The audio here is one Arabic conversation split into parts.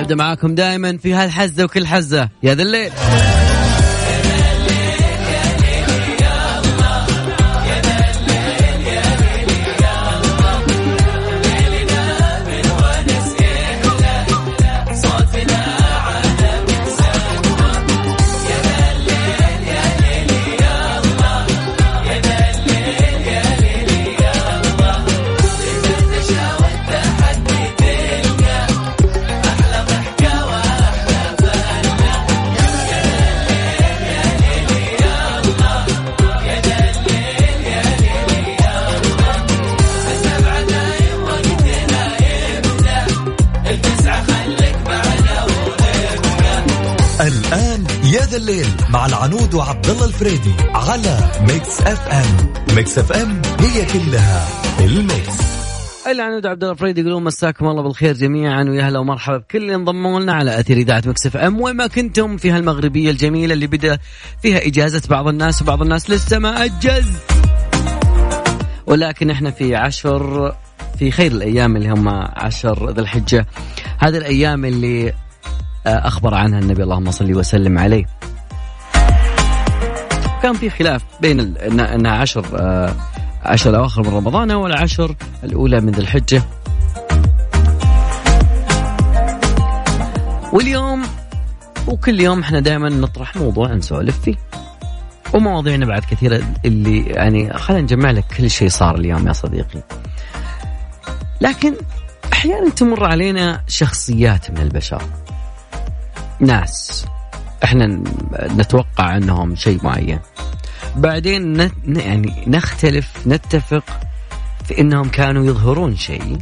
نبدأ معاكم دائما في هالحزة وكل حزة يا ذا الليل. الآن يا ذا الليل مع العنود وعبد الله الفريدي على ميكس اف ام. ميكس اف ام هي كلها الميكس. العنود وعبد الله الفريدي يقولون مساكم الله بالخير جميعا ويا هلا ومرحبا بكل اللي انضموا لنا على اثير اذاعه ميكس اف ام وين ما كنتم في هالمغربيه الجميله اللي بدا فيها اجازه بعض الناس وبعض الناس لسه ما اجز، ولكن احنا في عشر في خير الايام اللي هم 10 ذي الحجه. هذه الايام اللي أخبر عنها النبي اللهم صل وسلم عليه. كان في خلاف بين أنها 10 أواخر من رمضان أو 10 الأولى من ذي الحجة. واليوم وكل يوم احنا دائما نطرح موضوع نسولف فيه، ومواضيعنا بعد كثيرة اللي يعني خلينا نجمع لك كل شيء صار اليوم يا صديقي. لكن أحيانا تمر علينا شخصيات من البشر، ناس احنا نتوقع انهم شيء معين، بعدين يعني نختلف نتفق في انهم كانوا يظهرون شيء.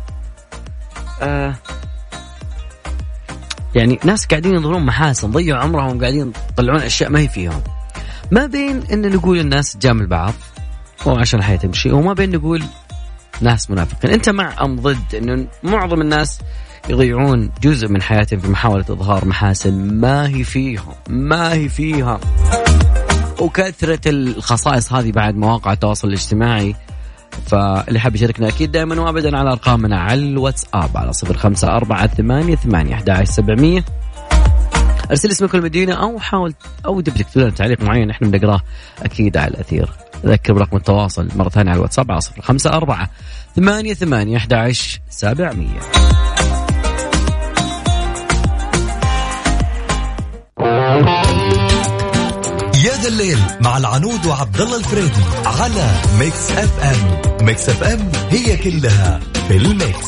يعني ناس قاعدين يظهرون محاسن، ضيعوا عمرهم قاعدين يطلعون اشياء ما هي فيهم. ما بين ان نقول الناس تجامل بعض وعشان الحياة تمشي، وما بين نقول ناس منافقين. انت مع ام ضد انه معظم الناس يضيعون جزء من حياتهم في محاولة إظهار محاسن ما هي فيها وكثرة الخصائص هذه بعد مواقع التواصل الاجتماعي؟ فاللي حاب يشاركنا أكيد دائما وأبدا على أرقامنا على الواتساب على 0548811700. أرسل اسمك المدينة أو حاول أو بدك تقول لنا تعليق معين إحنا بنقراه أكيد على الأثير. أذكر برقم التواصل مرة ثانية على الواتساب على 0548811700. يا ذا الليل مع العنود وعبد الله الفريدي على ميكس اف ام. ميكس اف ام هي كلها في الميكس.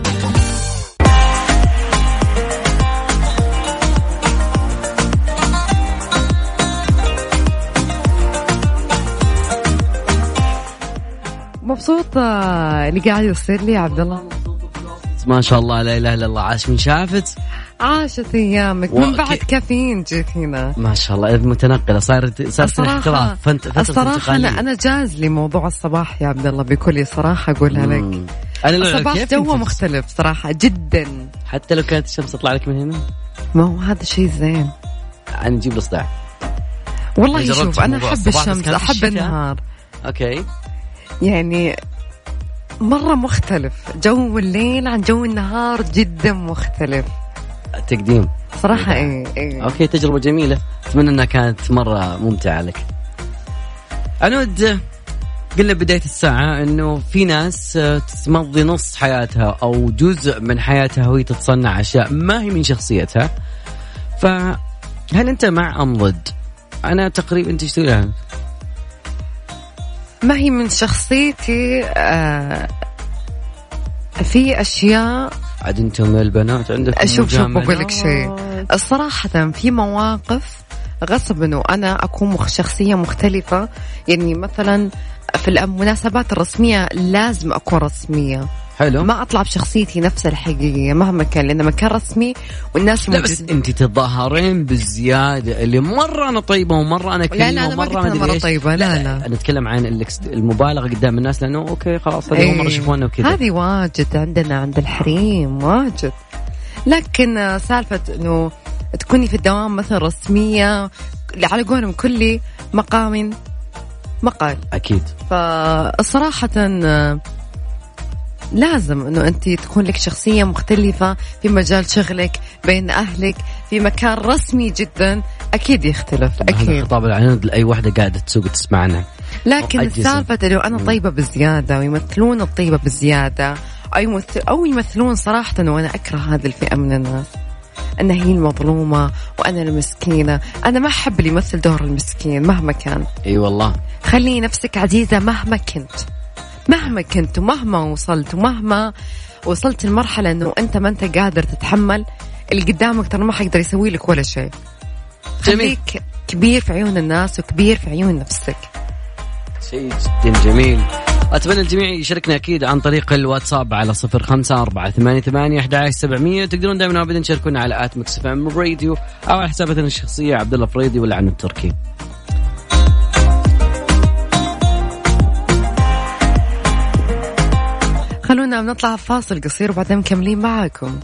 مبسوطة اللي قاعد يصير لي يا عبد الله. ما شاء الله لا إله إلا الله. عاش من شافت عاشت أيامك من بعد كافيين جيت هنا. ما شاء الله متنقلة صارت احتراف. الصراحة أنا جاز لي موضوع الصباح يا عبد الله بكل صراحة أقولها لك. الصباح جو مختلف صراحة جدا، حتى لو كانت الشمس تطلع لك من هنا. ما هو هذا شيء زين. أنا نجيب الصداع والله. شوف أنا أحب الشمس أحب النهار. أوكي يعني مرة مختلف جو الليل عن جو النهار، جدا مختلف. التقديم صراحة إيه. أوكي تجربة جميلة، أتمنى أنها كانت مرة ممتعة لك. عنود قلنا بداية الساعة أنه في ناس تمضي نص حياتها أو جزء من حياتها وهي تتصنع أشياء ما هي من شخصيتها. فهل أنت مع أم ضد؟ أنا تقريبا أنت ايش تقول؟ ما هي من شخصيتي. في أشياء عاد أنتم البنات عندكم أشوف بقول لك شيء الصراحة، في مواقف غصب إنه أنا أكون شخصية مختلفة. يعني مثلا في المناسبات الرسمية لازم أكون رسمية. حلو. ما أطلع بشخصيتي نفس الحقيقية مهما كان، لأن مكان رسمي والناس لا بس أنت تتظاهرين بالزيادة اللي مرة أنا طيبة ومرة أنا كريمة. لا ما قلت مرة طيبة. لا أنا أتكلم عن المبالغة قدام الناس، لأنه أوكي خلاص هذه مرة يشوفونه وكذا. هذه واجد عندنا عند الحريم واجد. لكن سالفة إنه تكوني في الدوام مثلا رسمية على قولهم كل مقام مقال. أكيد. فالصراحة لازم أنه أنت تكون لك شخصية مختلفة في مجال شغلك، بين أهلك، في مكان رسمي جدا، أكيد يختلف. أكيد خطاب العنود لأي واحدة قاعدة تسوق تسمعنا. لكن السالفة إنه أنا طيبة بزيادة ويمثلون الطيبة بزيادة أو يمثلون صراحة، وأنا أكره هذه الفئة من الناس، أنا هي المظلومة وأنا المسكينة. أنا ما أحب اللي يمثل دور المسكين مهما كان. أي والله. خلي نفسك عزيزة مهما كنت ومهما وصلت ومهما وصلت المرحلة أنه أنت ما أنت قادر تتحمل اللي قدامك، ترى ما حيقدر يسوي لك ولا شيء. خليك كبير في عيون الناس وكبير في عيون نفسك. شيء جدا جميل. أتمنى الجميع يشاركنا أكيد عن طريق الواتساب على 0548811700. تقدرون دائما أبدا تشاركونا على @mixfm radio أو على حساباتنا الشخصية عبد الله فريدي ولا عنود تركي. خلونا نطلع فاصل قصير وبعدين مكملين معاكم.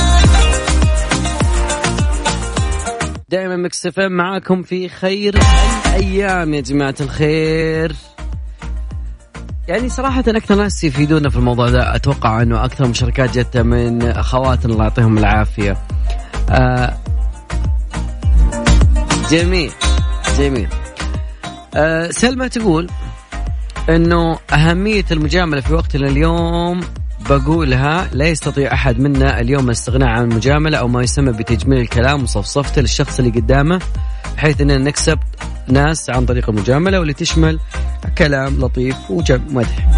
دائما ميكس اف ام معاكم في خير الأيام يا جماعة الخير. يعني صراحة أكثر ناس يفيدونا في الموضوع ده، أتوقع أنه أكثر مشاركات جت من أخواتنا الله يعطيهم العافية. جميل. سلمى تقول أنه أهمية المجاملة في وقتنا اليوم بقولها لا يستطيع أحد منا اليوم الاستغناء عن المجاملة أو ما يسمى بتجميل الكلام وصفصفته للشخص اللي قدامه، بحيث أننا نكسب ناس عن طريق المجاملة واللي تشمل كلام لطيف ومدح.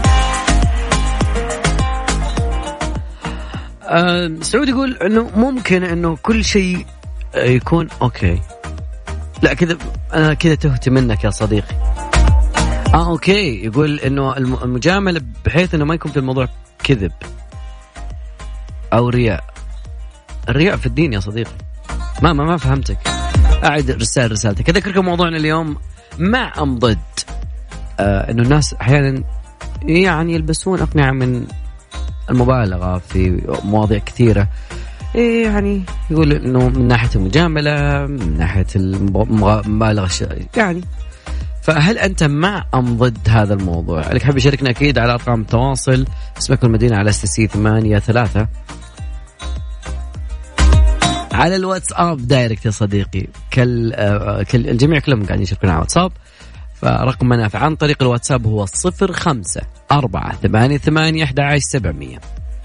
سعود يقول أنه ممكن أنه كل شيء يكون أوكي. لا كذا أنا كذا تهت منك يا صديقي. أوكي. يقول أنه المجاملة بحيث أنه ما يكون في الموضوع كذب أو رياء. الرياء في الدين يا صديقي. ما فهمتك. أعد رسالتك. أذكركم موضوعنا اليوم مع أم ضد أنه الناس أحيانا يعني يلبسون أقنعة من المبالغة في مواضيع كثيرة. يعني يقول أنه من ناحية المجاملة، من ناحية المبالغة يعني. فهل أنت مع أم ضد هذا الموضوع؟ اللي حاب يشاركنا أكيد على أرقام التواصل، اسمك والمدينة على STC83 على الواتساب دايركت يا صديقي. الجميع كلهم قاعدين يشاركون على الواتساب. فرقم منافع عن طريق الواتساب هو 0548811700.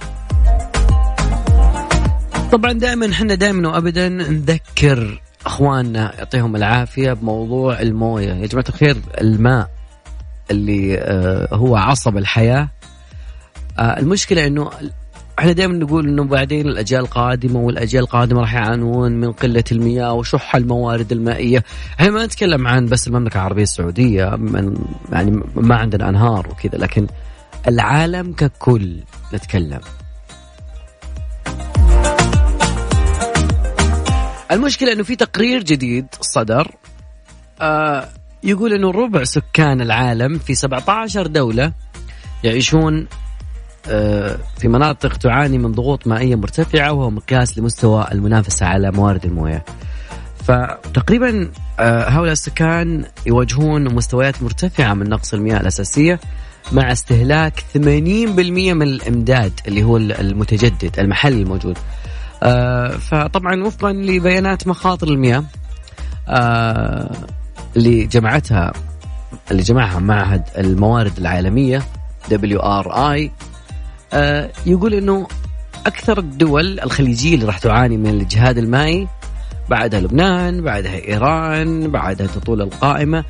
طبعا دائما احنا دائما وابدا نذكر اخواننا يعطيهم العافيه بموضوع المويه. يا جماعه الخير، الماء اللي هو عصب الحياه. المشكله انه احنا دائما نقول انه بعدين الاجيال القادمه والاجيال القادمه راح يعانون من قله المياه وشح الموارد المائيه. احنا ما نتكلم عن بس المملكه العربيه السعوديه، يعني ما عندنا انهار وكذا، لكن العالم ككل نتكلم. المشكلة أنه في تقرير جديد صدر يقول أنه ربع سكان العالم في 17 دولة يعيشون في مناطق تعاني من ضغوط مائية مرتفعة، وهو مقياس لمستوى المنافسة على موارد المياه. فتقريبا هؤلاء السكان يواجهون مستويات مرتفعة من نقص المياه الأساسية، مع استهلاك 80% من الإمداد اللي هو المتجدد المحلي الموجود. فطبعا وفقا لبيانات مخاطر المياه اللي جمعها معهد الموارد العالمية WRI، يقول انه اكثر الدول الخليجية اللي راح تعاني من الإجهاد المائي، بعدها لبنان، بعدها ايران، بعدها تطول القائمة.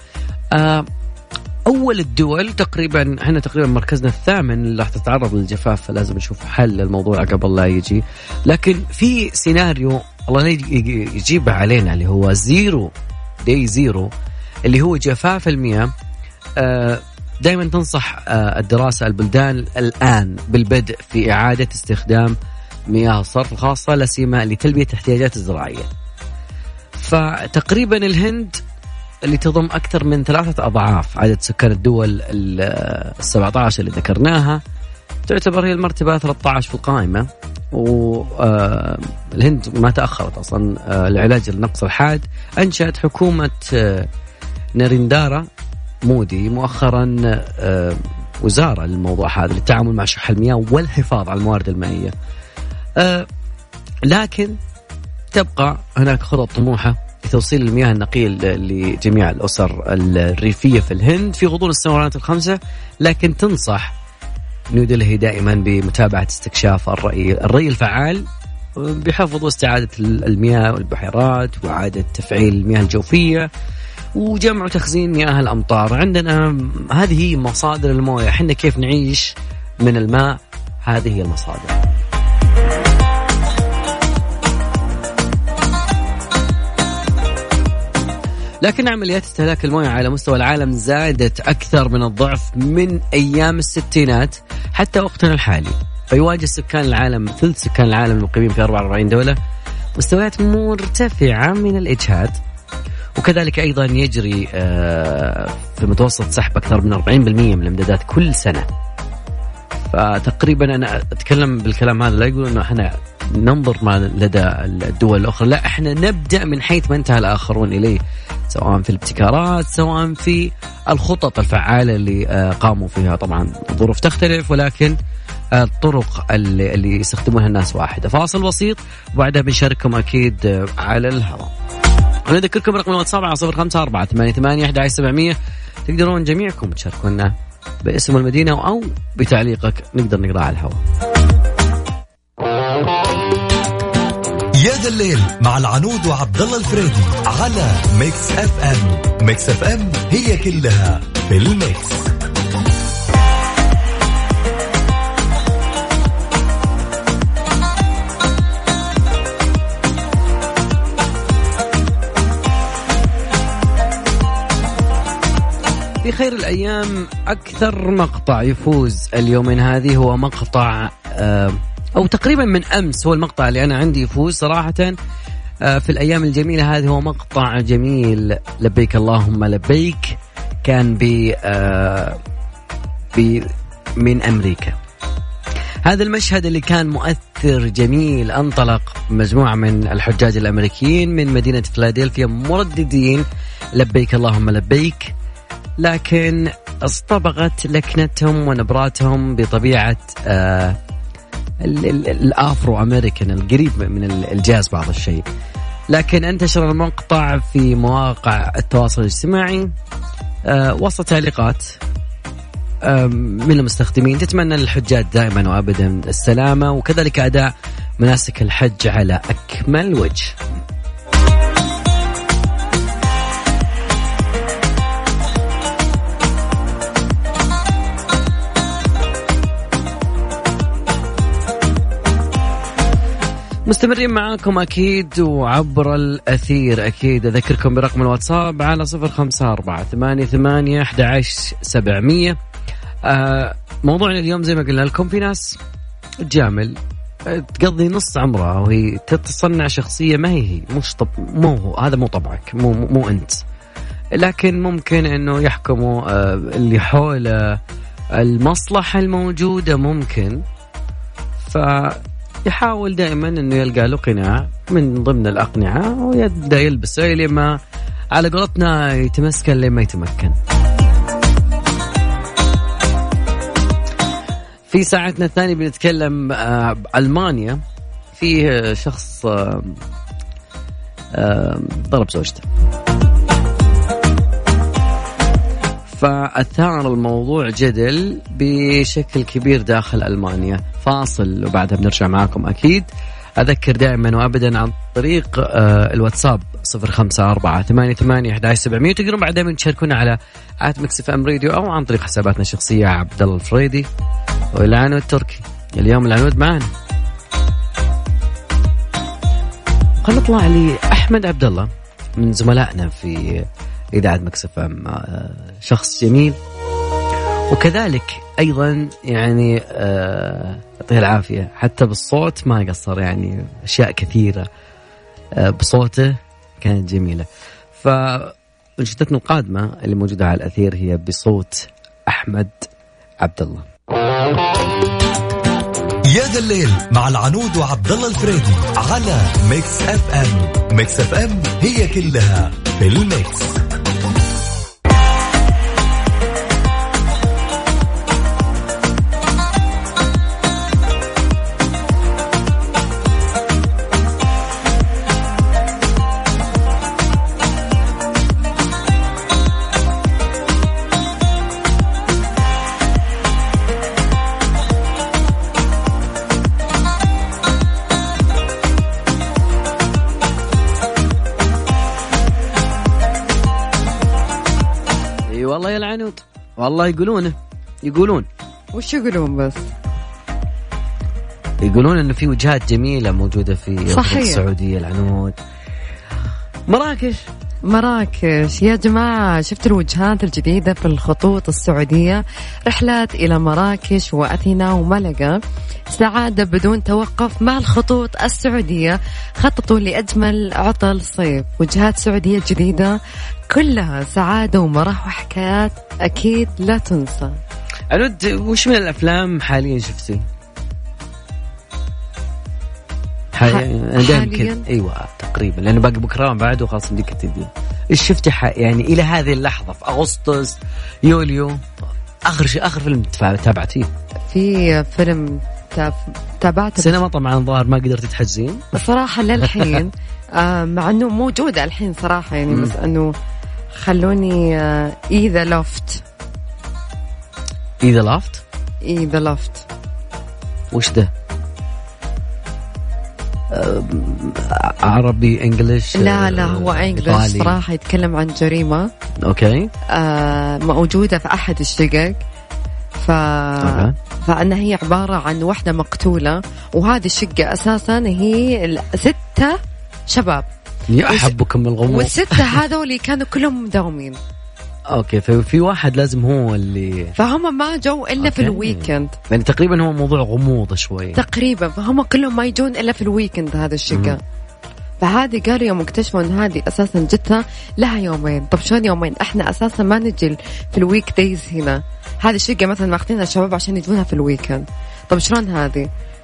أول الدول تقريبا احنا تقريبا مركزنا الثامن اللي راح تتعرض للجفاف، فلازم نشوف حل الموضوع قبل لا يجي. لكن في سيناريو الله يجيبه علينا اللي هو day zero اللي هو جفاف المياه. دائما تنصح الدراسة البلدان الآن بالبدء في إعادة استخدام مياه الصرف الخاصة لا سيما لتلبية احتياجات الزراعية. فتقريبا الهند اللي تضم أكثر من 3 أضعاف عدد سكان الدول 17 اللي ذكرناها، تعتبر هي المرتبة 13 في القائمة. والهند ما تأخرت أصلا لعلاج النقص الحاد. أنشأت حكومة ناريندارا مودي مؤخرا وزارة للموضوع هذا للتعامل مع شح المياه والحفاظ على الموارد المائية. لكن تبقى هناك خطط طموحة لتوصيل المياه النقية لجميع الأسر الريفية في الهند في غضون السنوات ال5. لكن تنصح نيودلهي دائما بمتابعة استكشاف الري الفعال بحفظ واستعادة المياه والبحيرات وإعادة تفعيل المياه الجوفية وجمع وتخزين مياه الأمطار. عندنا هذه هي مصادر الموية، احنا كيف نعيش من الماء، هذه هي المصادر. لكن عمليات استهلاك الموية على مستوى العالم زادت أكثر من الضعف من أيام الستينات حتى وقتنا الحالي. فيواجه سكان العالم، ثلث سكان العالم المقيمين في 44 دولة، مستويات مرتفعة من الإجهاد. وكذلك أيضا يجري في المتوسط سحب أكثر من 40% من الإمدادات كل سنة. فتقريبا أنا أتكلم بالكلام هذا لا يقول أنه إحنا ننظر ما لدى الدول الأخرى، لا، إحنا نبدأ من حيث ما انتهى الآخرون إليه، سواء في الابتكارات سواء في الخطط الفعالة اللي قاموا فيها. طبعا الظروف تختلف ولكن الطرق اللي يستخدمونها الناس واحدة. فاصل بسيط وبعدها بنشارككم أكيد على الهواء. ونذكركم رقم الواتساب على 0548811700. تقدرون جميعكم تشاركونا باسم المدينة أو بتعليقك نقدر نقرأ على الهواء. يا ذا الليل مع العنود وعبد الله الفريدي على ميكس اف ام. ميكس اف ام هي كلها في الميكس. في خير الأيام أكثر مقطع يفوز اليومين هذه هو مقطع أو تقريبا من أمس هو المقطع اللي أنا عندي يفوز صراحة في الأيام الجميلة هذه. هو مقطع جميل، لبيك اللهم لبيك، كان من أمريكا. هذا المشهد اللي كان مؤثر جميل، انطلق مجموعة من الحجاج الأمريكيين من مدينة فيلادلفيا مرددين لبيك اللهم لبيك، لكن اصطبغت لكنتهم ونبراتهم بطبيعة الافرو امريكان القريب من الجاز بعض الشيء. لكن انتشر المقطع في مواقع التواصل الاجتماعي وسط تعليقات من المستخدمين تتمنى للحجاج دائما وابدا السلامة وكذلك اداء مناسك الحج على اكمل وجه. مستمرين معاكم أكيد وعبر الأثير. أكيد أذكركم برقم الواتساب على 0548811700. موضوعنا اليوم زي ما قلنا لكم، في ناس تجامل تقضي نص عمرها وهي تتصنع شخصية ما هي مو هو، هذا مو طبعك، مو أنت، لكن ممكن أنه يحكموا اللي حول المصلحة الموجودة ممكن، يحاول دائما أنه يلقى له قناع من ضمن الأقنعة ويبدأ يلبسه لما على قولتنا يتمسكن لما يتمكن. في ساعتنا الثانية بنتكلم ألمانيا، فيه شخص ضرب زوجته، فأثار الموضوع جدل بشكل كبير داخل ألمانيا. فاصل وبعدها بنرجع معاكم أكيد. أذكر دائما وأبدا عن طريق الواتساب 0548811700. تقدرون بعدين تشاركونا على @mixfm radio أو عن طريق حساباتنا الشخصية عبد الله الفريدي والعنود التركي. اليوم العنود معنا، خلينا نطلع لأحمد عبد الله من زملائنا في إذاعة ميكس اف ام، شخص جميل وكذلك أيضا يعني يعطيه العافية، حتى بالصوت ما قصر، يعني أشياء كثيرة بصوته كانت جميلة. فنشدتنا القادمة اللي موجودة على الأثير هي بصوت أحمد عبد الله. يا ذا الليل مع العنود وعبد الله الفريدي على ميكس اف ام. ميكس اف ام هي كلها في الميكس. والله يا العنود والله يقولون وش يقولون بس؟ يقولون انه في وجهات جميلة موجودة في السعودية العنود. مراكش يا جماعة، شفت الوجهات الجديدة في الخطوط السعودية؟ رحلات إلى مراكش وأثينا وملقا، سعادة بدون توقف مع الخطوط السعودية. خططوا لأجمل عطل صيف، وجهات سعودية جديدة كلها سعادة ومرح وحكايات أكيد لا تنسى. عنود وش من الأفلام حاليا شفتي؟ حاليا ايوه تقريبا، لانه باقي بكره بعد وخلاص نديك التدين. ايش شفتي يعني الى هذه اللحظه في اغسطس يوليو؟ اخر فيلم تابعتيه؟ في فيلم تابعته سينما طبعا ظاهر ما قدرت تحجزين الصراحه للحين. مع انه موجوده الحين صراحه يعني بس انه خلوني إذا لافت وش ده؟ عربي انجليش؟ لا هو انجليش صراحة، يتكلم عن جريمة. اوكي. موجودة في احد الشقق، فأنها هي عبارة عن واحدة مقتولة، وهذه الشقة اساسا هي 6 شباب. يا احبكم الغموض. وال6 هذول كانوا كلهم مداومين. اوكي، ففي واحد لازم هو اللي فهم ما جو الا في الويكند، يعني تقريبا هو موضوع غموض شوي تقريبا، فهم كلهم ما يجون الا في الويكند هذا الشقة. فهذه قالوا يوم اكتشفوا ان هذه اساسا جثة لها يومين. طب شلون يومين؟ احنا اساسا ما نجي في الويك دايز هنا، هذه الشقة مثلا ماخذينها الشباب عشان يجونها في الويكند. طب شلون هذه؟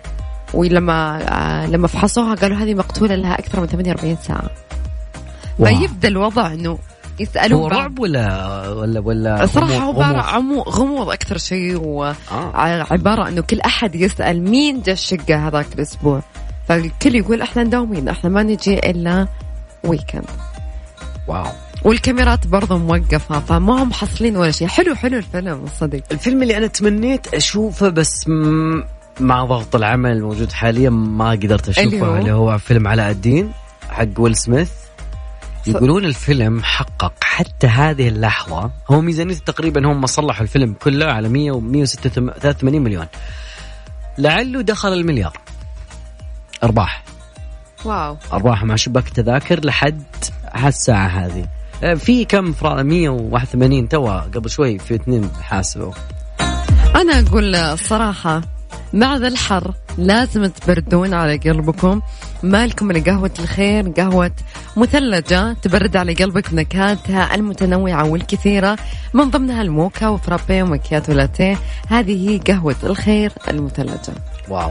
ولما فحصوها قالوا هذه مقتولة لها اكثر من 48 ساعة. فيبدأ الوضع انه يسألون هو رعب ولا صراحة هو غموض أكثر شيء، وعبارة أنه كل أحد يسأل مين جا الشقة هذاك الأسبوع، فالكل يقول إحنا نداومين، إحنا ما نجي إلا ويكند. واو. والكاميرات برضو موقفة، فما هم حصلين ولا شيء. حلو الفيلم الصدق. الفيلم اللي أنا تمنيت أشوفه بس مع ضغط العمل الموجود حاليا ما قدرت أشوفه، اللي هو فيلم علاء الدين حق ويل سميث. يقولون الفيلم حقق حتى هذه اللحظة، هو ميزانيته تقريبا هم صلحوا الفيلم كله على 183 مليون، لعله دخل المليار أرباح. واو. أرباح مع شباك التذاكر لحد هالساعة هذه. في كم 181 توا قبل شوي في 2 حاسبوا. أنا أقول الصراحة مع ذا الحر لازم تبردون على قلبكم. مالكم من قهوة الخير، قهوة مثلجة تبرد على قلبك بنكهاتها المتنوعة والكثيرة، من ضمنها الموكا وفرابي ومكياتو لاتيه. هذه هي قهوة الخير المثلجة. واو.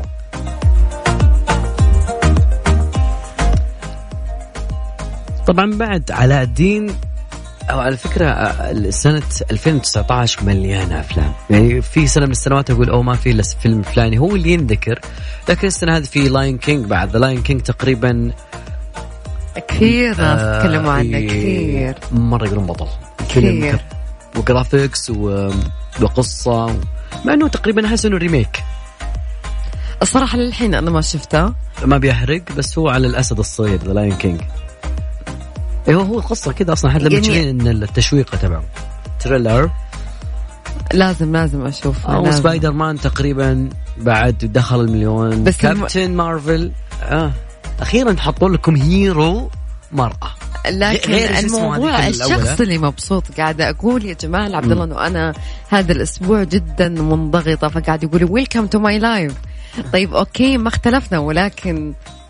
طبعا بعد علاء الدين، أو على فكرة سنة 2019 مليانة أفلام، يعني في سنة من السنوات أقول ما في إلا فيلم فلاني هو اللي ينذكر، لكن السنة هذه في لاين كينج. بعد لاين كينج تقريبا كثير ناس تكلموا عنه كثير، مرة يقولون بطل كثير، وجرافيكس وقصة، مع أنه تقريبا أحس أنه ريميك. الصراحة للحين أنا ما شفته، ما بيحرق، بس هو على الأسد الصغير ذا لاين كينج. هو قصة كده أصلا، حد لما تشوفين إن التشويقة تبعه تريلر لازم أشوف. أو سبايدر مان تقريبا بعد دخل المليون، بس كابتن مارفل أخيرا حطوا لكم هيرو مرأة. لكن الموضوع الشخص اللي مبسوط، قاعدة أقول يا جماعة عبد الله إنه أنا هذا الأسبوع جدا منضغطة، فقاعد يقولي ويلكم تو ماي لايف. طيب أوكي ما اختلفنا، ولكن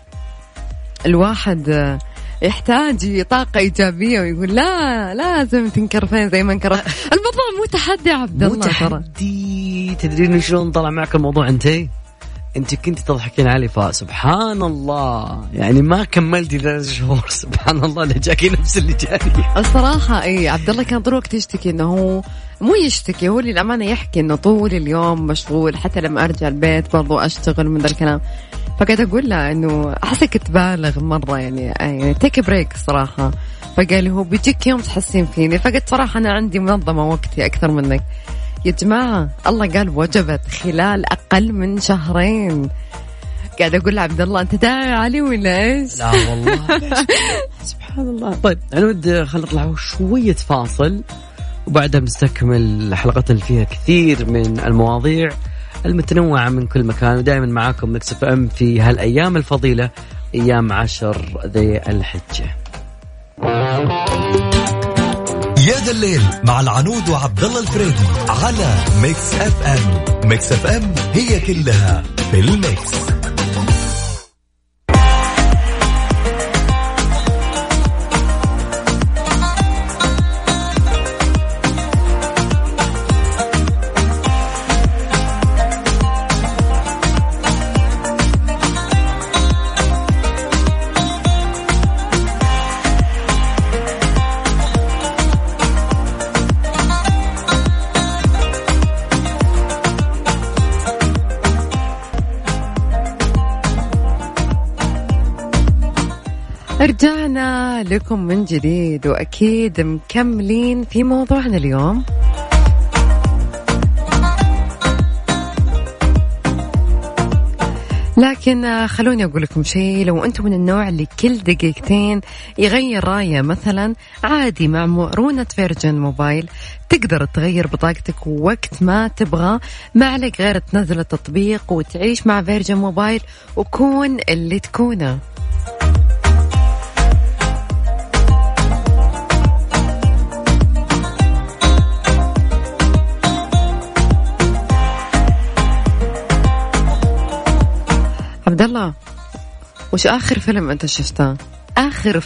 الواحد يحتاج طاقة إيجابية ويقول لا لازم تنكرفين زي ما انكرف. الموضوع مو تحدي عبد الله، تحدي. تدرين شلون طلع معك الموضوع؟ انت كنت تضحكين علي، فسبحان الله يعني ما كملتي 3 شهور، سبحان الله اللي جاكي نفس اللي جاني الصراحة. اي عبد الله كان طول الوقت يشتكي انه هو مو يشتكي، هو للأمانة يحكي انه طول اليوم مشغول، حتى لما ارجع البيت برضو اشتغل من ذا الكلام. فقاعد أقول له إنه أحسك تبالغ مرة، يعني تيك بريك صراحة. فقال لي هو بيجيك يوم تحسين فيني، فقلت صراحة أنا عندي منظمة وقتي أكثر منك. يا جماعة الله قال وجبت خلال أقل من 2 شهر. قاعد أقول لعبد الله أنت داعي علي ولا إيش؟ لا والله سبحان الله. طيب أنا ودي خلينا نطلع شوية فاصل، وبعدها بنستكمل حلقتنا اللي فيها كثير من المواضيع المتنوعة من كل مكان. ودائما معاكم ميكس اف ام في هالأيام الفضيلة، أيام 10 ذي الحجة. يا ذا الليل مع العنود وعبد الله الفريدي على ميكس اف ام. ميكس اف ام هي كلها في الميكس. رجعنا لكم من جديد وأكيد مكملين في موضوعنا اليوم. لكن خلوني أقول لكم شيء، لو أنتم من النوع اللي كل دقيقتين يغير راية مثلا، عادي مع مرونة فيرجن موبايل تقدر تغير بطاقتك وقت ما تبغى، ما عليك غير تنزل التطبيق وتعيش مع فيرجن موبايل وكون اللي تكونه. عبد الله، وش آخر فيلم أنت شفته؟ آخر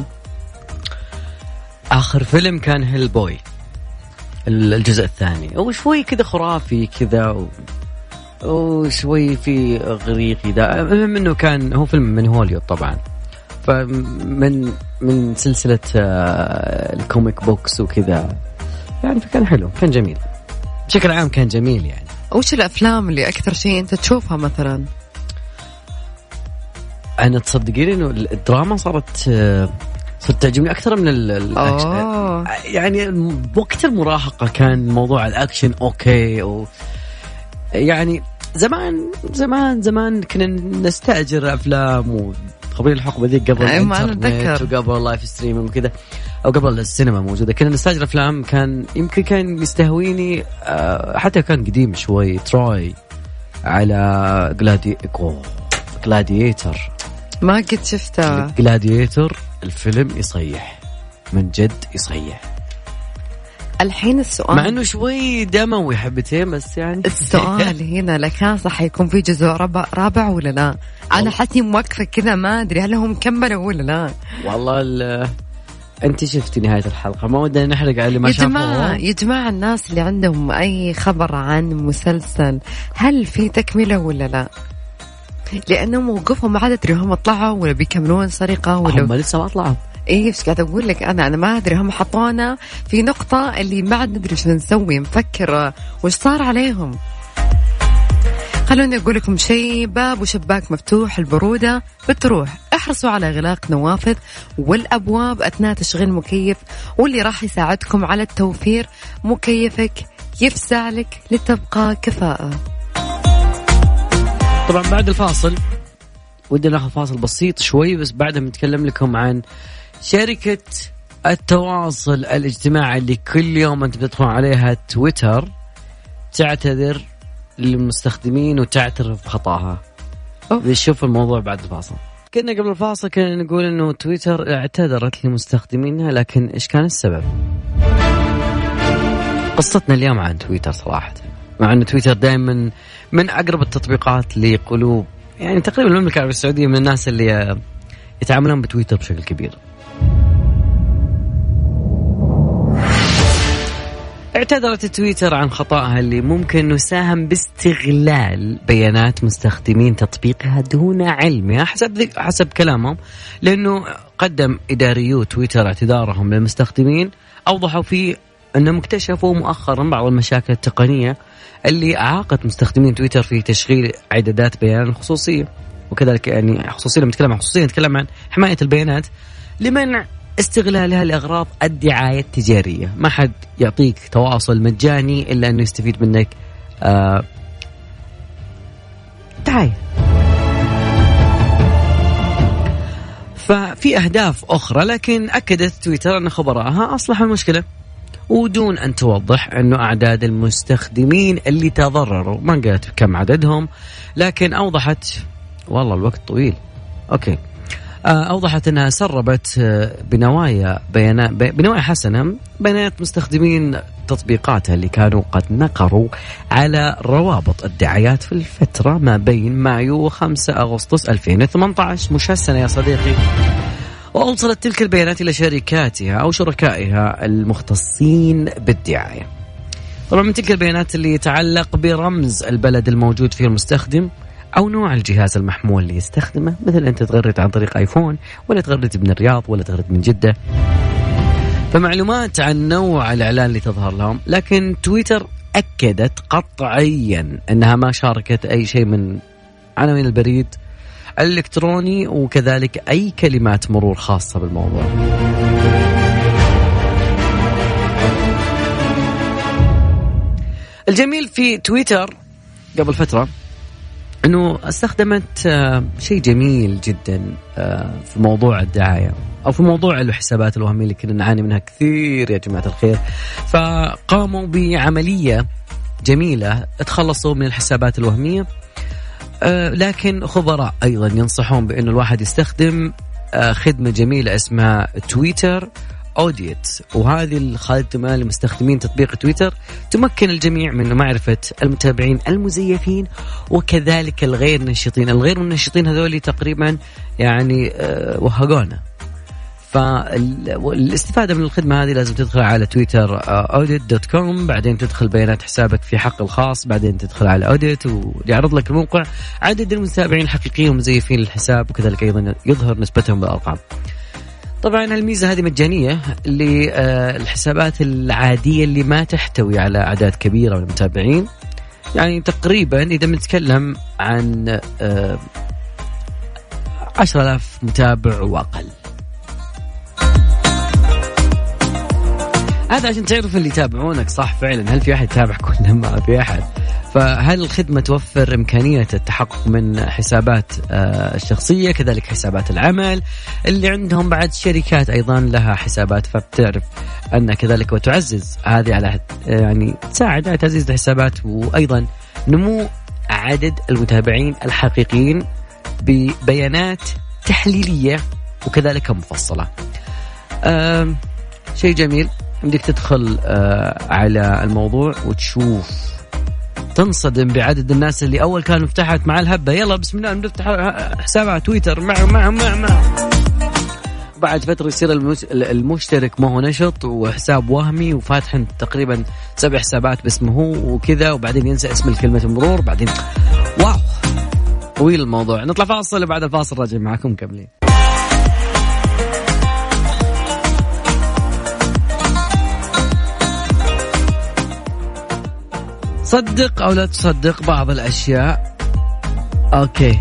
فيلم كان هيل بوي الجزء الثاني، وشوي كذا خرافي كذا وشوي في غريقي. ده المهم إنه كان هو فيلم من هوليوود طبعا، من سلسلة الكوميك بوكس وكذا يعني، فكان حلو، كان جميل بشكل عام، كان جميل يعني. وش الأفلام اللي أكثر شيء أنت تشوفها مثلا؟ أنا تصدقين إنه الدراما صرت تعجبني أكثر من الأكشن. يعني وقت المراهقة كان موضوع الأكشن أوكي، يعني زمان كنا نستأجر أفلام وقبل الحقبة ذي، قبل الإنترنت وقبل اللايف ستريمينج وكذا، أو قبل السينما موجودة، كنا نستأجر أفلام. كان يستهويني حتى كان قديم شوي، تروي على جلاديتر. ما قد شفته جلاديتر، الفيلم يصيح من جد، يصيح. الحين السؤال، مع انه شوي دموي حبتين، بس يعني السؤال هنا لك صح يكون في جزء رابع ولا لا؟ انا حتى موقفه كذا، ما ادري هل هم كملوا ولا لا. والله انت شفتي نهايه الحلقه، ما ودنا نحرق على اللي ما شافوه. يا جماعه الناس اللي عندهم اي خبر عن مسلسل، هل في تكمله ولا لا؟ لأنه موقفهم ما عاد أدري هم طلعوا ولا بيكملون سرقة ولا هم لسه ما طلعوا. إيه إيش قاعد أقول لك، أنا ما أدري، هم حطونا في نقطة اللي ما عاد ندري شو نسوي، نفكر وش صار عليهم. خلوني أقول لكم شيء، باب وشباك مفتوح، البرودة بتروح، احرصوا على إغلاق نوافذ والأبواب أثناء تشغيل مكيف، واللي راح يساعدكم على التوفير مكيفك يفسع لك لتبقى كفاءة. طبعا بعد الفاصل ودنا ناخذ فاصل بسيط شوي، بس بعدها بنتكلم لكم عن شركة التواصل الاجتماعي اللي كل يوم أنت بتدخل عليها، تويتر، تعتذر للمستخدمين وتعترف بخطأها. نشوف الموضوع بعد الفاصل. كنا قبل الفاصل كنا نقول إنه تويتر اعتذرت لمستخدمينها، لكن إيش كان السبب؟ قصتنا اليوم عن تويتر صراحة، مع أن تويتر دائما من أقرب التطبيقات لقلوب يعني تقريبا المملكة العربية السعودية، من الناس اللي يتعاملون بتويتر بشكل كبير. اعتذرت تويتر عن خطأها اللي ممكن نساهم باستغلال بيانات مستخدمين تطبيقها دون علمها حسب كلامهم، لأنه قدم إداريو تويتر اعتذارهم للمستخدمين، أوضحوا فيه أنهم اكتشفوا مؤخرا بعض المشاكل التقنية اللي أعاقت مستخدمين تويتر في تشغيل إعدادات بيان الخصوصية، وكذلك يعني خصوصية لما نتكلم عن خصوصية نتكلم عن حماية البيانات لمنع استغلالها لأغراض الدعاية التجارية. ما حد يعطيك تواصل مجاني إلا أنه يستفيد منك دعاية. ففي أهداف أخرى، لكن أكدت تويتر أن خبراءها أصلحوا المشكلة ودون أن توضح أنه أعداد المستخدمين اللي تضرروا، ما قالت كم عددهم، لكن أوضحت والله الوقت طويل. أوكي، أوضحت أنها سربت بنوايا حسنة بيانات مستخدمين تطبيقاتها اللي كانوا قد نقروا على روابط الدعايات في الفترة ما بين مايو و5 أغسطس 2018، مش هالسنة يا صديقي. وأوصلت تلك البيانات إلى شركاتها أو شركائها المختصين بالدعاية. طبعا من تلك البيانات اللي يتعلق برمز البلد الموجود فيه المستخدم أو نوع الجهاز المحمول اللي يستخدمه، مثل أنت تغرد عن طريق آيفون ولا تغرد من الرياض ولا تغرد من جدة، فمعلومات عن نوع الإعلان اللي تظهر لهم. لكن تويتر أكدت قطعيا أنها ما شاركت أي شيء من عناوين البريد الإلكتروني وكذلك أي كلمات مرور خاصة بالموضوع. الجميل في تويتر قبل فترة أنه استخدمت شيء جميل جدا في موضوع الدعاية أو في موضوع الحسابات الوهمية اللي كنا نعاني منها كثير يا جماعة الخير. فقاموا بعملية جميلة، تخلصوا من الحسابات الوهمية، لكن خبراء أيضا ينصحون بأنه الواحد يستخدم خدمة جميلة اسمها تويتر أوديت، وهذه الخدمة لمستخدمين تطبيق تويتر تمكن الجميع من معرفة المتابعين المزيفين وكذلك الغير نشطين. الغير النشطين هذول تقريبا يعني وهقونا. فالاستفادة من الخدمة هذه لازم تدخل على تويتر audit.com، بعدين تدخل بيانات حسابك في حق الخاص، بعدين تدخل على audit ويعرض لك الموقع عدد المتابعين الحقيقيين ومزيفين للحساب، وكذلك أيضا يظهر نسبتهم بالأرقام. طبعا الميزة هذه مجانية للحسابات العادية اللي ما تحتوي على أعداد كبيرة من المتابعين، يعني تقريبا إذا بنتكلم عن 10,000 متابع وأقل. هذا عشان تعرف اللي يتابعونك صح فعلا، هل في أحد يتابعك ولا ما في أحد. فهل الخدمة توفر إمكانية التحقق من حسابات الشخصية، كذلك حسابات العمل اللي عندهم بعد شركات أيضا لها حسابات، فبتعرف أن كذلك وتعزز هذه على يعني تساعد على تعزيز الحسابات وأيضا نمو عدد المتابعين الحقيقيين ببيانات تحليلية وكذلك مفصلة. شيء جميل، بدك تدخل على الموضوع وتشوف، تنصدم بعدد الناس اللي أول كانوا فتحت مع الهبة يلا بسم الله نفتح حساب على تويتر معه بعد فترة يصير المشترك ما هو نشط وحساب وهمي وفاتح تقريبا 7 حسابات باسمه وكذا، وبعدين ينسى اسم الكلمة المرور، بعدين واو طويل الموضوع. نطلع فاصل وبعد الفاصل راجع معكم كملين. صدق أو لا تصدق بعض الأشياء. أوكي،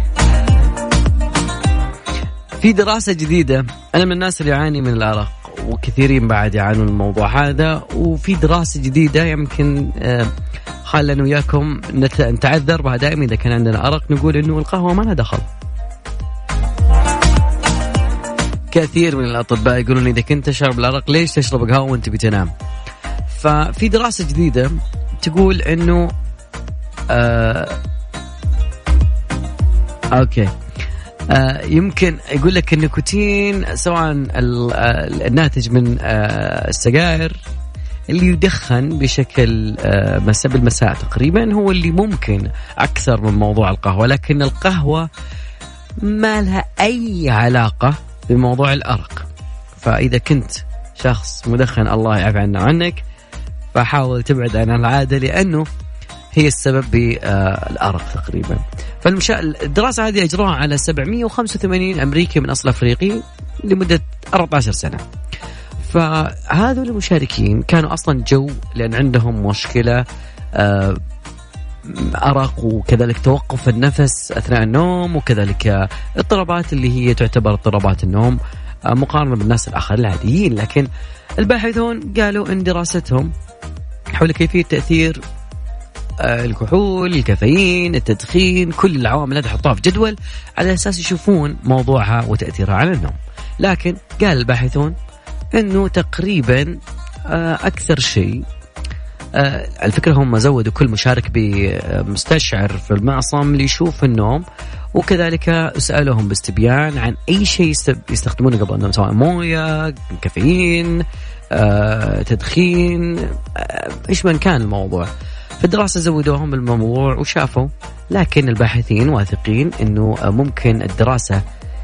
في دراسة جديدة، أنا من الناس اللي يعاني من الأرق وكثيرين بعد يعانون من الموضوع هذا، وفي دراسة جديدة يمكن خلنا وياكم نتعذر بها دائما إذا كان عندنا أرق، نقول إنه القهوة ما لها دخل. كثير من الأطباء يقولون إذا كنت تشرب الأرق ليش تشرب قهوة وأنت بتنام. ففي دراسة جديدة تقول إنه أوكي يمكن يقول لك النيكوتين سواء الناتج من السجائر اللي يدخن بشكل بالمساء تقريبا هو اللي ممكن أكثر من موضوع القهوة، لكن القهوة ما لها أي علاقة بموضوع الأرق. فإذا كنت شخص مدخن الله يعفو عنا عنك، فحاول تبعد عن العادة لأنه هي السبب بالأرق تقريبا. فالدراسة هذه أجراها على 785 أمريكي من أصل أفريقي لمدة 14 سنة. فهذول المشاركين كانوا أصلا جو لأن عندهم مشكلة أرق وكذلك توقف النفس أثناء النوم وكذلك اضطرابات اللي هي تعتبر اضطرابات النوم مقارنة بالناس الآخر العاديين. لكن الباحثون قالوا إن دراستهم حول كيفية تأثير الكحول، الكافيين، التدخين، كل العوامل هذه حطوها في جدول على أساس يشوفون موضوعها وتأثيرها على النوم. لكن قال الباحثون إنه تقريبا أكثر شيء على فكرة هم زودوا كل مشارك بمستشعر في المعصم ليشوف النوم، وكذلك سألوهم باستبيان عن أي شيء يستخدمونه قبل النوم، سواء موية، كافيين، تدخين، إيش من كان الموضوع. في الدراسة زودوهم بالموضوع وشافوا، لكن الباحثين واثقين أنه ممكن الدراسة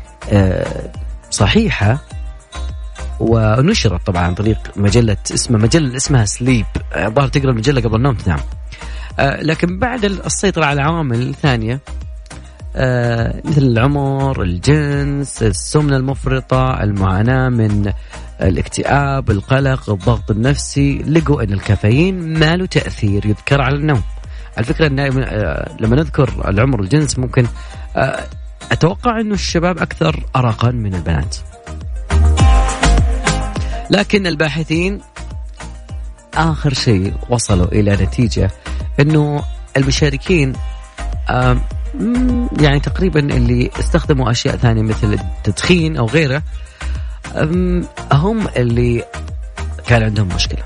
صحيحة، ونشرت طبعا عن طريق مجلة اسمها سليب، ظهر تقرأ المجلة قبل النوم تنام. لكن بعد السيطرة على عوامل ثانية مثل العمر، الجنس، السمنة المفرطة، المعاناة من الاكتئاب، القلق، الضغط النفسي، لقوا أن الكافيين ما له تأثير يذكر على النوم. على فكرة لما نذكر العمر والجنس ممكن أتوقع أنه الشباب أكثر أرقا من البنات، لكن الباحثين آخر شيء وصلوا إلى نتيجة أنه المشاركين يعني تقريبا اللي استخدموا أشياء ثانية مثل التدخين أو غيره هم اللي كان عندهم مشكلة.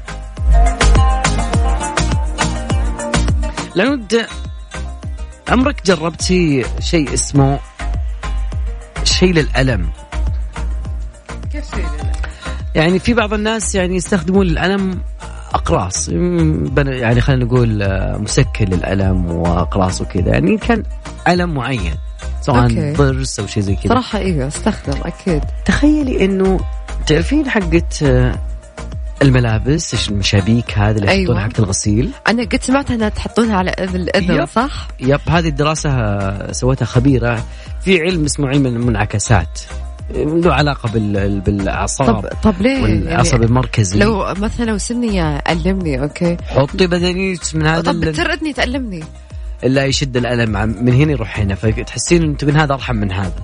لعنود، عمرك جربتي شيء اسمه شيء للألم؟ كيف شيء للألم؟ يعني في بعض الناس يعني يستخدمون للألم أقراص، يعني خلينا نقول مسكن للألم وأقراص وكذا، يعني كان ألم معين سواء ضرس أو شيء زي كذا. صراحة إيه استخدم أكيد. تخيلي إنه تعرفين حقة الملابس المشابيك هذا اللي يحطونها حق الغسيل، أنا قد سمعت أنها تحطونها على الأذن صح؟ يب، هذه الدراسة سوتها خبيرة في علم اسمه علم المنعكسات، له علاقة بالأعصاب. طب ليه؟ والعصب يعني المركزي. لو مثلا سني ألمني أوكي حطي بدنيك من هذا. طب بتردني تألمني إلا يشد الألم من هنا يروح هنا، فتحسين أنت من هذا أرحم من هذا.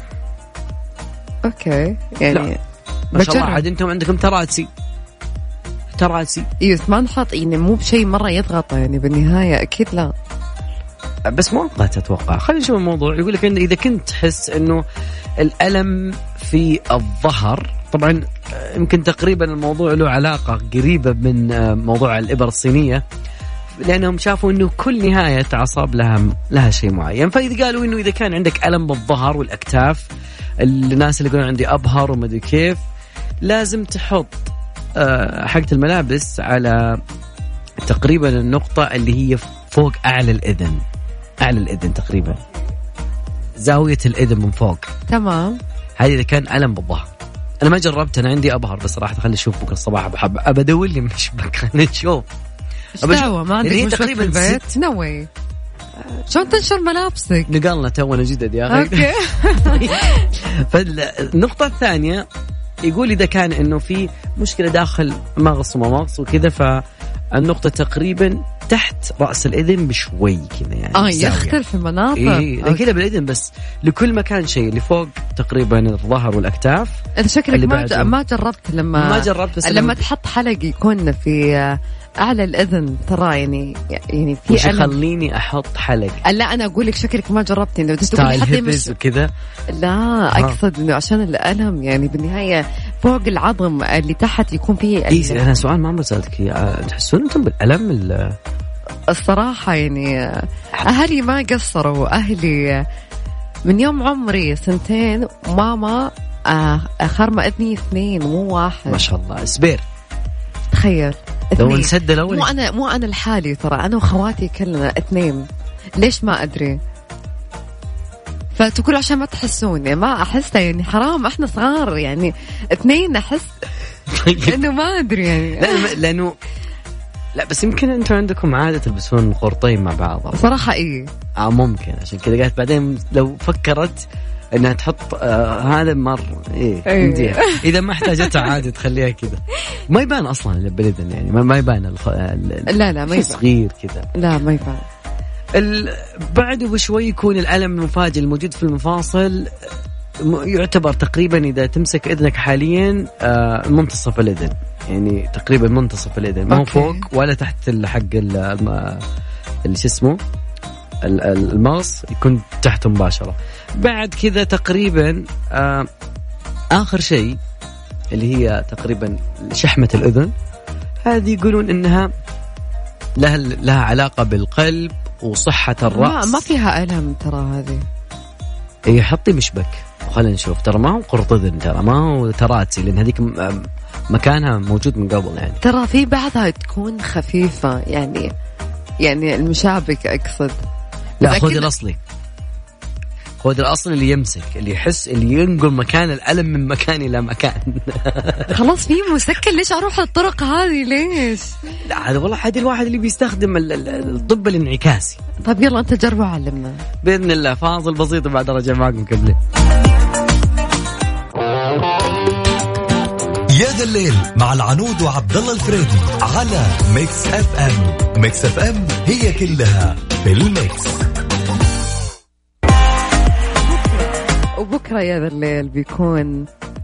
أوكي يعني ما شاء الله عاد أنتم عندكم تراسي. إيه ما نحط يعني مو بشيء مرة يضغط يعني بالنهاية أكيد لا، بس مؤقت أتوقع. خلينا نشوف الموضوع. يقول لك إن إذا كنت تحس إنه الألم في الظهر، طبعا يمكن تقريبا الموضوع له علاقة قريبة من موضوع الإبر الصينية، لأنهم شافوا إنه كل نهاية أعصاب لها شيء معين. فإذا قالوا إنه إذا كان عندك ألم بالظهر والأكتاف، الناس اللي يقولون عندي أبهر وما أدري كيف، لازم تحط حقة الملابس على تقريبا النقطة اللي هي فوق أعلى الإذن تقريبا، زاوية الإذن من فوق. تمام. هذه إذا كان ألم بالظهر. أنا ما جربت، أنا عندي أبهر بس راح خلي أشوف بكرة الصباح بحب أبدور لي مشبك خلينا نشوف. دعوة ما عندك مشبك في البيت نوي شلون تنشر ملابسك؟ نقلنا تونا جدد يا أخي. أوكي. فالنقطة الثانية يقول إذا كان إنه في مشكلة داخل مغص ومغص وكذا، فالنقطة تقريبا تحت رأس الإذن بشوي كذا يعني. يختلف المناطق. إيه كذا بالإذن، بس لكل مكان شيء اللي فوق تقريبا الظهر والأكتاف. أنت شكلك ما جربت ما جربت، بس لما تحط حلق يكون في أعلى الأذن ترى يعني في مش خليني أحط حلق. لا أنا أقول لك شكلك ما جربت إنه ستايل هيبز وكذا. لا أقصد إنه عشان الألم يعني بالنهاية فوق العظم اللي تحت يكون فيه. إيه أنا سؤال ما عمري سألتك، تحسون أنتم بالألم؟ الصراحة يعني أهلي ما قصروا، أهلي من يوم عمري 2 ماما خرمة إذني 2 مو 1. ما شاء الله. سبير تخيل لو نسد الأول. مو أنا الحالي ترى، أنا وخواتي كلنا 2. ليش ما أدري، فتقول عشان ما تحسون يعني ما أحس يعني حرام إحنا صغار يعني 2 أحس إنه ما أدري يعني. لأنه لا بس يمكن أنتم عندكم عادة تلبسون خرطين مع بعض صراحة. إيه ممكن عشان كذا قالت بعدين لو فكرت انها تحط هذا مر ايه اذا ما احتاجتها عادي تخليها كذا ما يبان اصلا اللي بالاذن يعني ما يبان لا ما يبان صغير كذا. لا ما يبان. بعده بشوي يكون الألم المفاجئ الموجود في المفاصل، يعتبر تقريبا إذا تمسك إذنك حاليا منتصف الإذن، يعني تقريبا منتصف الإذن، ما هو فوق ولا تحت حق اللي شو اسمه المغص، يكون تحته مباشرة. بعد كذا تقريبا آخر شيء اللي هي تقريبا شحمة الأذن، هذه يقولون إنها لها علاقة بالقلب وصحة الرأس. ما فيها ألم ترى هذه. إيه حطي مشبك وخلينا نشوف. ترى ما هو قرطذن، ترى ما هو تراتسي، لأن هذيك مكانها موجود من قبل يعني. ترى في بعضها تكون خفيفة يعني المشابك أقصد. لا خذ الأصلي، خذ الأصل اللي يمسك، اللي يحس، اللي ينقل مكان الألم من مكان إلى مكان. خلاص في مسكن، ليش أروح الطرق هذه ليش؟ لا هذا والله هذا الواحد اللي بيستخدم الطب الانعكاسي. طيب يلا أنت جربوا علمنا بإذن الله. فاصل بسيط وبعد رجع معكم كملين. يا ذا الليل مع العنود وعبد الله الفريدي على ميكس اف ام. ميكس اف ام هي كلها بالميكس. وبكرة يا ذا الليل بيكون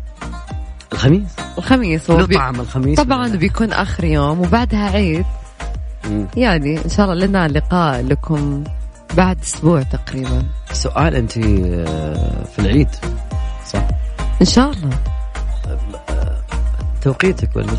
الخميس طعم الخميس طبعا بيكون آخر يوم وبعدها عيد. يعني إن شاء الله لنا لقاء لكم بعد أسبوع تقريبا. سؤال، أنت في العيد صح؟ إن شاء الله. توقيتك ولا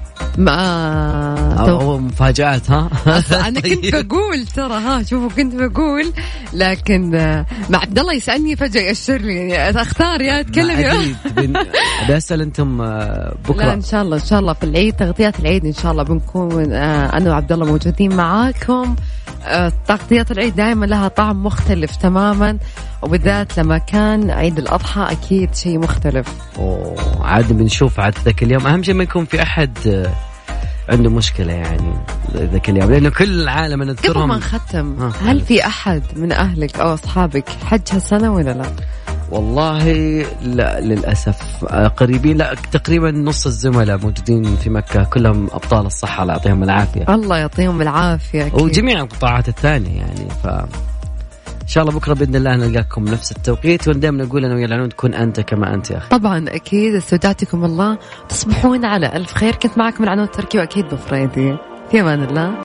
ما مفاجآت ها؟ أنا كنت بقول ترى شوفوا كنت بقول، لكن مع عبد الله يسألني فجأة يأشر لي يعني أختار يا أتكلم. بسأل أنتم بكرة؟ لا إن شاء الله في العيد، تغطيات العيد إن شاء الله بنكون أنا وعبد الله موجودين معاكم. تغطيات العيد دائما لها طعم مختلف تماما، وبالذات لما كان عيد الأضحى أكيد شيء مختلف. عاد بنشوف عاد ذاك اليوم. أهم شيء ما يكون في أحد عنده مشكلة يعني ذاك اليوم، لأنه كل العالم نذكرهم. قبل ما نختم، هل في أحد من أهلك أو أصحابك حج هالسنة ولا لا؟ والله لا للأسف. قريبين، لا تقريبا نص الزملاء موجودين في مكة كلهم أبطال الصحة، الله يعطيهم العافية. الله يعطيهم العافية أكيد. وجميع القطاعات الثانية يعني. إن شاء الله بكرة بإذن الله نلقاكم نفس التوقيت، ودائما نقول أنا ويا العنود كن أنت كما أنت يا أخي. طبعا أكيد. استودعتكم الله، تصبحون على ألف خير. كنت معكم العنود تركي وأكيد بفريدي. في أمان الله.